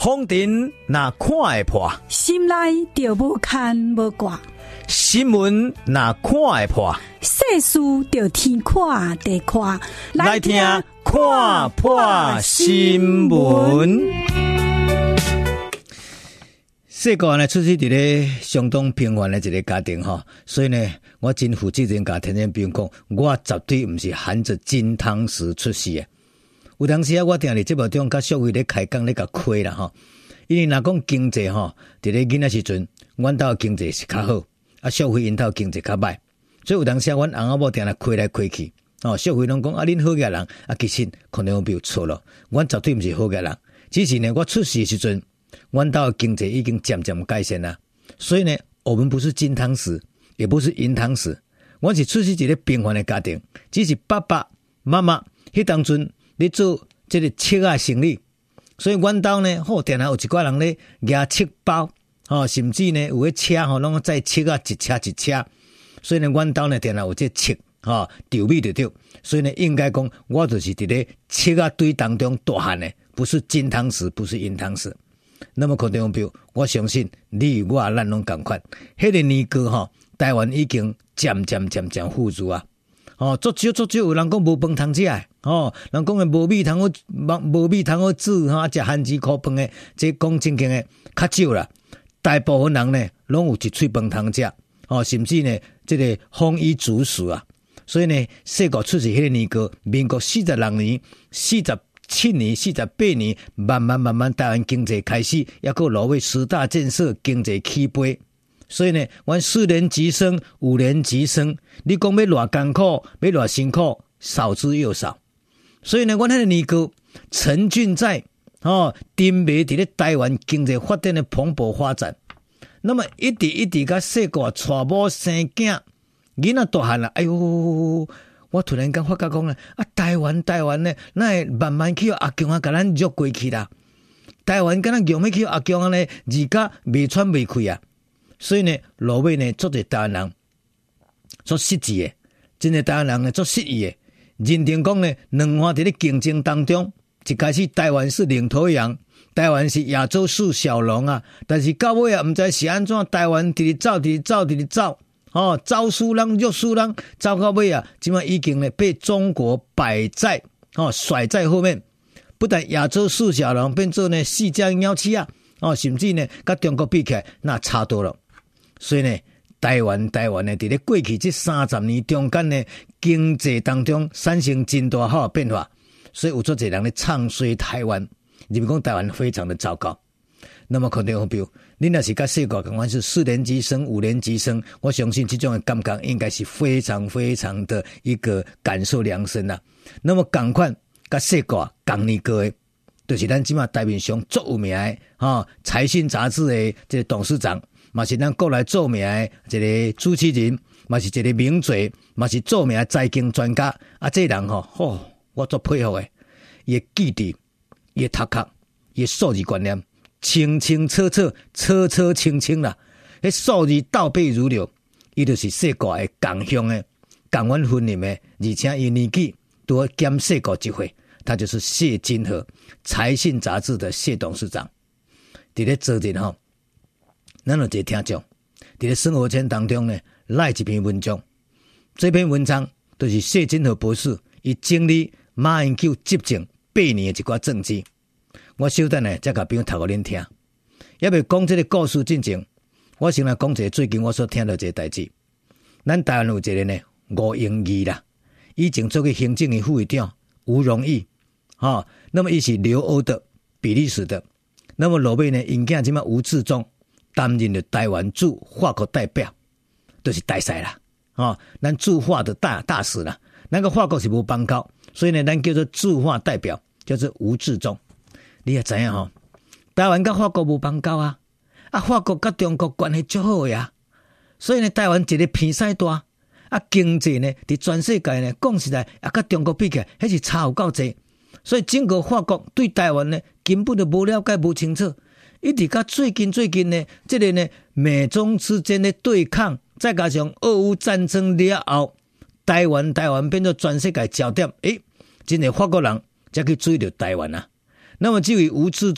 风尘若看会破， 心内就无牵无挂； 新闻若看会破， 世事就天看地看。 来听看破新闻。世界呢出生伫咧相当平凡的一个家庭哈，所以呢，我真负责任甲听众朋友讲，我绝对毋是含着金汤匙出世的。有当时啊，我定伫节目中甲社会咧开讲咧甲开啦吼，因为若讲经济吼，伫咧囡仔时阵，阮兜经济是较好，啊社会因兜经济较歹，所以有当时啊，阮翁仔某定来开来开去，哦，社会拢讲啊，恁好嘅人啊，其实可能有错咯，阮绝对毋是好嘅人，只是呢，我出世的时阵，阮兜经济已经渐渐改善啦，所以呢，我们不是金汤匙，也不是银汤匙，我是出世一个平凡的家庭，只是爸爸妈妈迄当阵。咧做这个册啊生意，所以阮兜呢，好定下有一寡人咧拿册包，甚至呢有迄车拢载册啊一车一车，所以呢阮兜呢定下有这册丢米就对，所以呢应该讲我就是伫咧册啊堆当中大汉的，不是金汤匙，不是银汤匙。那么可能朋友，我相信你我咱拢共款，迄个年过台湾已经渐渐富足啊。足少有人讲无饭通食诶，人讲诶无米通好煮食番薯苦饭诶，这讲正经诶较少啦。大部分人呢，拢有一喙饭通食，甚至呢，这个丰衣足食啊。所以呢，世界出世迄个年过，民国46年、47年、48年，慢慢台湾经济开始，也够落尾10大建设经济起飞。所以呢，阮4年级生、5年级生，你讲要偌艰苦，要偌辛苦，少之又少。所以呢，阮迄个年过沉浸在丁美伫咧台湾经济发展的蓬勃发展。那么一直甲世界娶某生囝，囡仔大汉啦，哎呦！我突然间发觉讲咧，台湾呢，那会慢慢去阿强甲咱约过去啦。台湾敢若用要去阿强呢，而家未喘未开啊。所以呢，落尾呢，做一台湾人做实际的，真个台湾人呢做实意的，认定讲呢，两方伫咧竞争当中，一开始台湾是领头羊，台湾是亚洲四小龙啊，但是到尾啊，毋知是安怎，台湾直走，招输人约输人，走到尾啊，即摆已经呢被中国摆在甩在后面，不但亚洲四小龙变做呢四只鸟鼠啊，甚至呢，甲中国比起来，那差多了。所以呢，台湾呢，伫咧过去这30年中间呢，经济当中产生真大好的变化，所以有足侪人咧唱衰台湾，认为讲台湾非常的糟糕。那么可能好比如，你若是甲世界共款是4年级生、5年级生，我相信这种的感觉应该是非常非常的一个感受良深啦。那么共款甲世界共年过的，就是咱即马台面上足有名的财讯杂志的这个董事长。嘛是咱国内著名的一个主持人，嘛是一个名嘴，嘛是著名的财经专家。这人我足佩服的，伊的记忆、伊的读壳、伊的数字观念，清清楚楚、楚楚清清啦。迄数字倒背如流，伊就是世界的共乡的、共阮分林的，而且伊年纪都减世界一岁，他就是谢金河，财讯杂志的谢董事长。伫咧昨日咱有一个听众，伫咧生活圈当中呢，赖一篇文章。这篇文章就是谢金河博士伊整理马英九执政8年的一寡政绩。我稍等呢，再甲朋友读给恁听。也未讲这个故事进前，我先来讲一个最近我所听到一个代志。咱台湾有一个呢吴英义啦，以前做过行政的副会长吴荣义，那么伊是留欧的比利时的，那么落尾呢，因囝即马吴志忠。担任了台湾驻法国代表，就是大使啦，咱驻法的大使啦。那个法国是无邦交，所以呢，咱叫做驻法代表，叫做吴志忠。你也知影台湾跟法国无邦交啊，法国跟中国关系足好呀，所以呢，台湾一个偏西大，经济呢，伫全世界呢，讲实在，跟中国比起来，迄是差有够济。所以整个法国对台湾呢，根本就无了解、无清楚。一直到最近呢，这个呢美中之间的对抗，再加上俄乌战争了后，台湾变作全世界焦点。真的法国人才去注意到台湾啊。那么这位吴志忠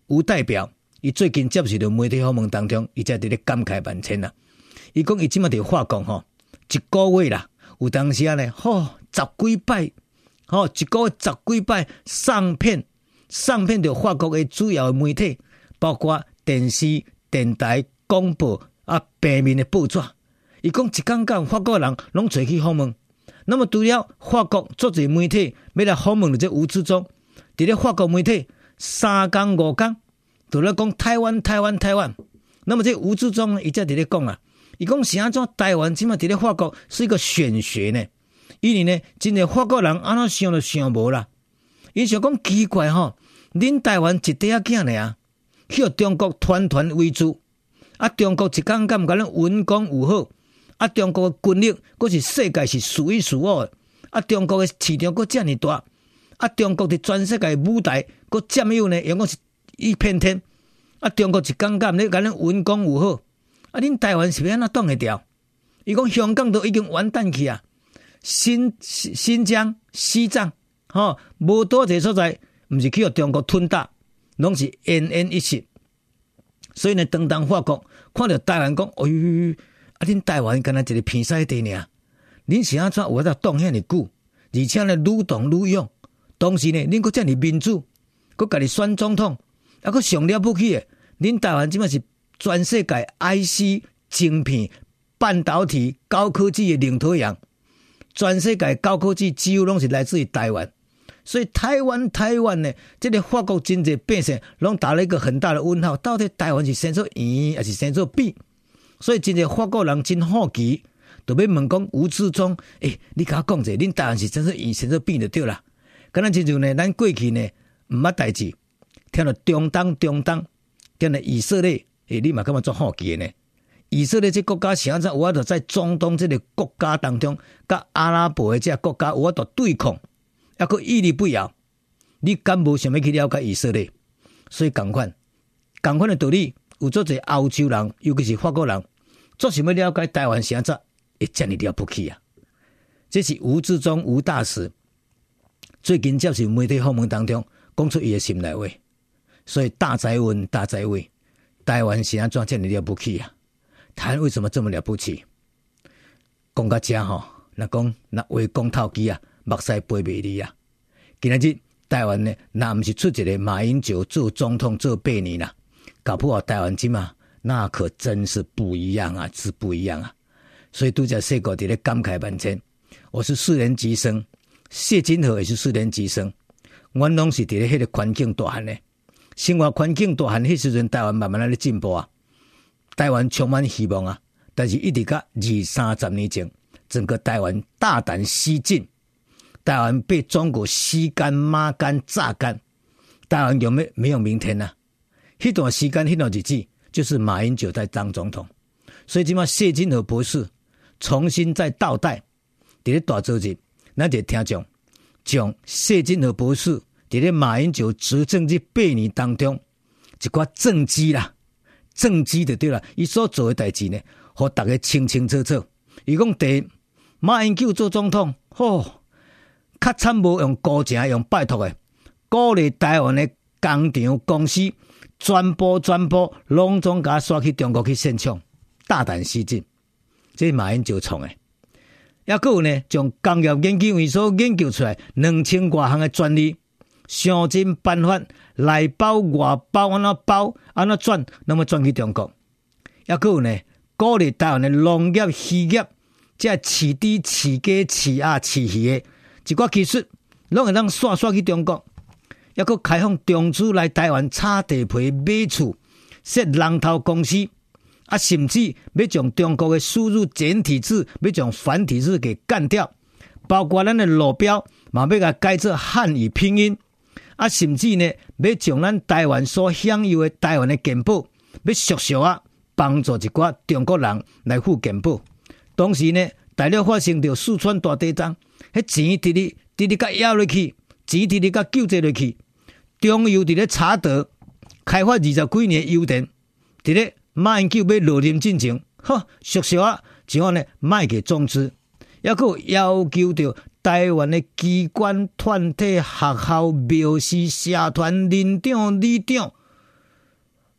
吴代表，伊最近接受到媒体访问当中，伊才伫咧感慨万千啦。伊讲伊即马伫法国吼，一个月啦，有当时啊呢，10几摆，一个月10几摆上片到法国的主要的媒体，包括电视、电台、广播啊，平面的报纸。伊讲一讲讲法国人拢找去访问。那么除了法国作者媒体要来访问这吴志忠，伫咧法国媒体3天5天都咧讲台湾。那么这吴志忠呢，伊才伫咧讲啊，伊讲是安怎台湾即马伫咧法国是一个玄学呢？因为呢，真个法国人安怎想都想无啦。伊想讲奇怪吼，恁台湾一块仔囝呢啊，去中国团围住，啊，中国一讲讲甲咱文攻武好。啊！中国的军力，佫是世界是数一数二的。啊！中国的市场佫遮尔大，啊！中国伫全世界舞台佫占有呢，用讲是一片天。啊！中国一讲讲咧，甲咱文攻武好。啊！恁台湾是要安怎挡会掉？伊讲香港都已经完蛋去啊！新疆、西藏，无多一个所在，毋是去互中国吞打，拢是奄奄一息。所以呢，当法国看到台湾讲，哎呦！啊！恁台湾敢若一个偏西地尔，恁是安怎有法度挡遐尼久？而且呢，愈挡愈勇。同时呢，恁佫遮尔民主，佫家己选总统，啊，佫上了不起诶！恁台湾即摆是全世界 IC 晶片、半导体、高科技的领头羊，全世界高科技几乎拢是来自于台湾。所以台湾呢，这个法国真济百姓拢打了一个很大的问号：到底台湾是生做圆还是生做币？所以真个法国人真好奇，就要问讲吴志忠，你甲我讲者，恁台湾是真是以前做变就对啦。敢若亲像呢，咱过去呢毋捌代志，听到中东，听到以色列，你嘛感觉做好奇的呢？以色列这国家是安怎有法度在中东这个国家当中，甲阿拉伯的这个国家有法度对抗，抑佫屹立不摇？你敢无想要去了解以色列？所以共款的道理。有做者欧洲人，尤其是法国人，做想要了解台湾是安怎会遮尔了不起啊？这是吴志忠吴大使最近接受媒体访问当中讲出伊的心内话。所以大哉问，台湾是安怎遮尔了不起啊？台湾为什么这么了不起？讲到这吼，若讲话讲透机啊，目屎飞袂离啊！今仔日台湾呢，若毋是出一个马英九做总统做8年啦。搞不好台湾今嘛，那可真是不一样啊，是不一样啊！所以拄则说过，伫咧感慨万千。我是4年级生，谢金河也是4年级生，阮拢是伫咧迄个环境大汉的，生活环境大汉，迄时阵台湾慢慢在咧进步啊，台湾充满希望啊！但是一直到20-30年前，整个台湾大胆西进，台湾被中国吸干、抹干、榨干，台湾有没有明天啊？那段时间，那段日子，就是马英九在当总统，所以今嘛谢金河博士重新再倒带，伫咧大周日，咱就听众将谢金河博士伫咧马英九执政这8年当中，一寡政绩就对了，伊所做的代志呢，互大家清清楚楚。伊讲第一，马英九做总统，较惨无用高情用拜托的，鼓励台湾的工厂公司。全部拢总甲刷去中国去现场，大胆西进，这是马英九创的。还有呢，将工业研究院所研究出来2000多项的专利，想尽办法内包外包，安怎包安怎转，那么转去中国。还有呢，鼓励台湾的农业、渔业，即系饲猪、饲鸡、饲鸭、饲鱼的一寡技术，拢会当刷去中国。还佫开放中资来台湾炒地皮、买厝、设龙头公司，甚至要将中国的输入简体字、要将繁体字给干掉，包括咱的路标嘛要甲改做汉语拼音，甚至呢要将咱台湾所享有的台湾的健保，要熟熟帮助一寡中国人来付健保。同时呢，大陆发生着四川大地震，迄钱直直甲压落去，钱直直甲救济落去。中油伫咧查德开发20几年的油田，伫咧马英九要落任进前，熟熟就安尼卖给中资，还佫要求着台湾的机关、团体、学校、庙寺、社团、林长、里长，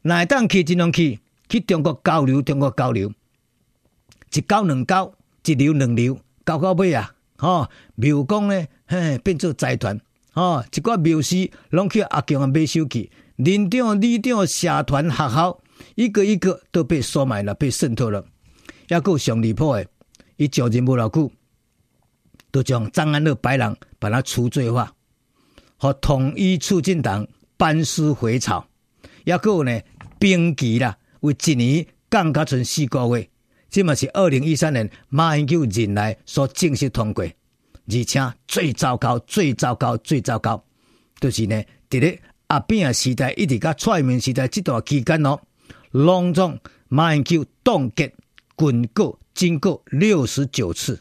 哪会当去尽量去中国交流，一交两交，一流两流，交到尾啊，庙公呢，变做财团，一寡庙师拢去阿强买收去，林长、里长、社团、学校，一个一个都被收买了，被渗透了。还有上离谱的，伊就任无偌久，就将张安乐白狼把他除罪化，和统一促进党班师回朝。还有呢，兵期啦，为一年降到剩4个月，这嘛是2013年马英九任内所正式通过。而且最糟糕，就是呢，伫咧阿扁时代一直到蔡英文时代这段期间拢总马英九冻结军购经过69次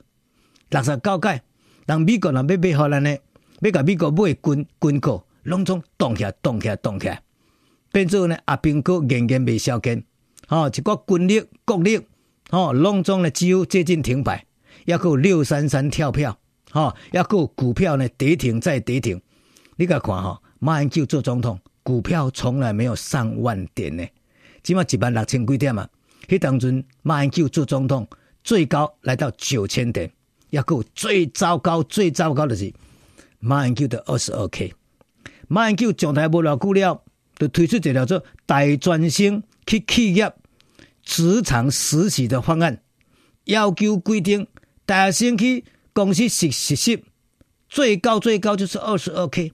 ，69届。人美国人要买互咱呢，要甲美国买军购，拢总冻起来，变做呢阿扁哥严未消减，一个军力国力，拢总呢几乎接近停摆，还有633跳票，还有股票呢跌停再跌停。你甲看马英九做总统，股票从来没有上万点呢，起码16000几点啊。迄当阵马英九做总统，最高来到9000点，还有最糟糕的是马英九的22K。马英九上台无偌久了，就推出一条做大专生去企业职场实习的方案，要求规定大学生去公司实习，最高就是 22K。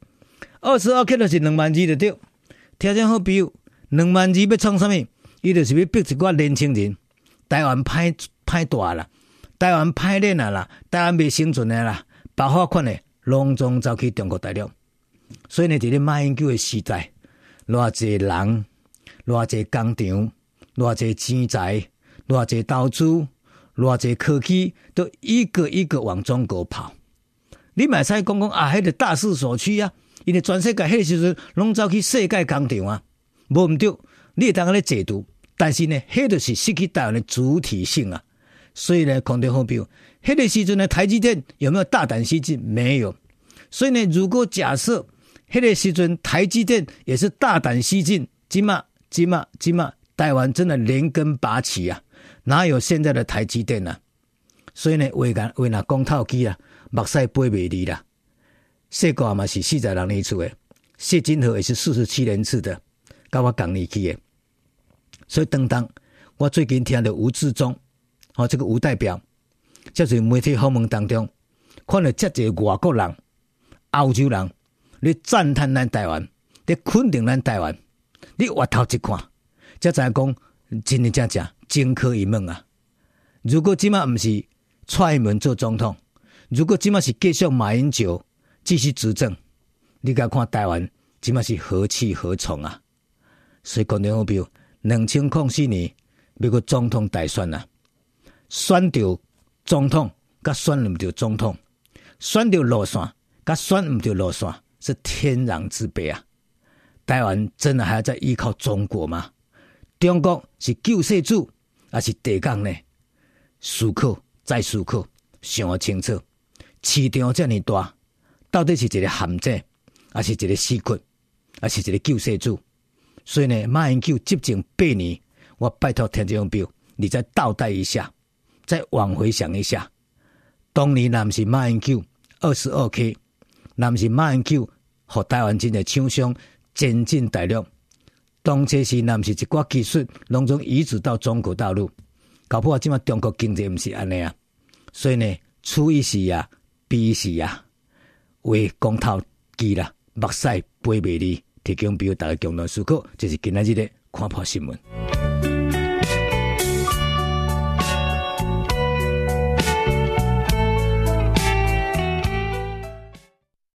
22K 就是2万2就对。听见好朋友，2万2要创什么？伊就是要逼一寡年轻人，台湾歹大啦，台湾歹练啦，台湾未生存的啦，爆发款的拢总走去中国大陆。所以呢，伫咧马英九的时代，偌济人，偌济工厂，偌济钱财，偌济投资，偌济科技，都一个一个往中国跑。你嘛使讲啊，迄个大势所趋啊，因为全世界迄个时阵拢走去世界工厂啊，无毋对，你会当安尼解读，但是呢，迄就是失去台湾的主体性啊。所以呢，空中好朋友，迄个时阵的台积电有没有大胆西进？没有。所以呢，如果假设迄个时阵台积电也是大胆西进，今嘛，台湾真的连根拔起啊，哪有现在的台积电啊？所以呢，话若讲透机啦，目屎飞袂离啦。世国嘛是40人一处的，谢金河也是47人次的，跟我讲你去的。所以当我最近听到吴志忠，这个吴代表，在媒体访问当中，看到这些外国人、欧洲人，你赞叹咱台湾，你肯定咱台湾，你回头一看，才知讲真的正金科一梦啊！如果今嘛不是蔡英文做总统，如果今嘛是继续马英九继续执政，你甲看台湾今嘛是何去何从啊？所以观众好朋友，2004年美国总统大选啊，选到总统，甲选唔到总统，选到路线，甲选唔到路线，是天壤之别啊！台湾真的还要再依靠中国吗？中国是救世主，还是地港呢？思考再思考，想清楚，市场这么大，到底是一个陷阱，还是一个死窟，还是一个救世主？所以呢，马英九执政8年，我拜托听众朋友，你再倒带一下，再往回想一下，当年若不是马英九22K， 若不是马英九和台湾真的厂商前进大陆，当初是若不是一寡技术拢总移植到中国大陆，搞不好今嘛中国经济不是安尼啊。所以呢，处一时啊，避一时啊，话讲透机啦，目屎飞袂离。提供俾大家共同思考，这是今仔日的看破新闻。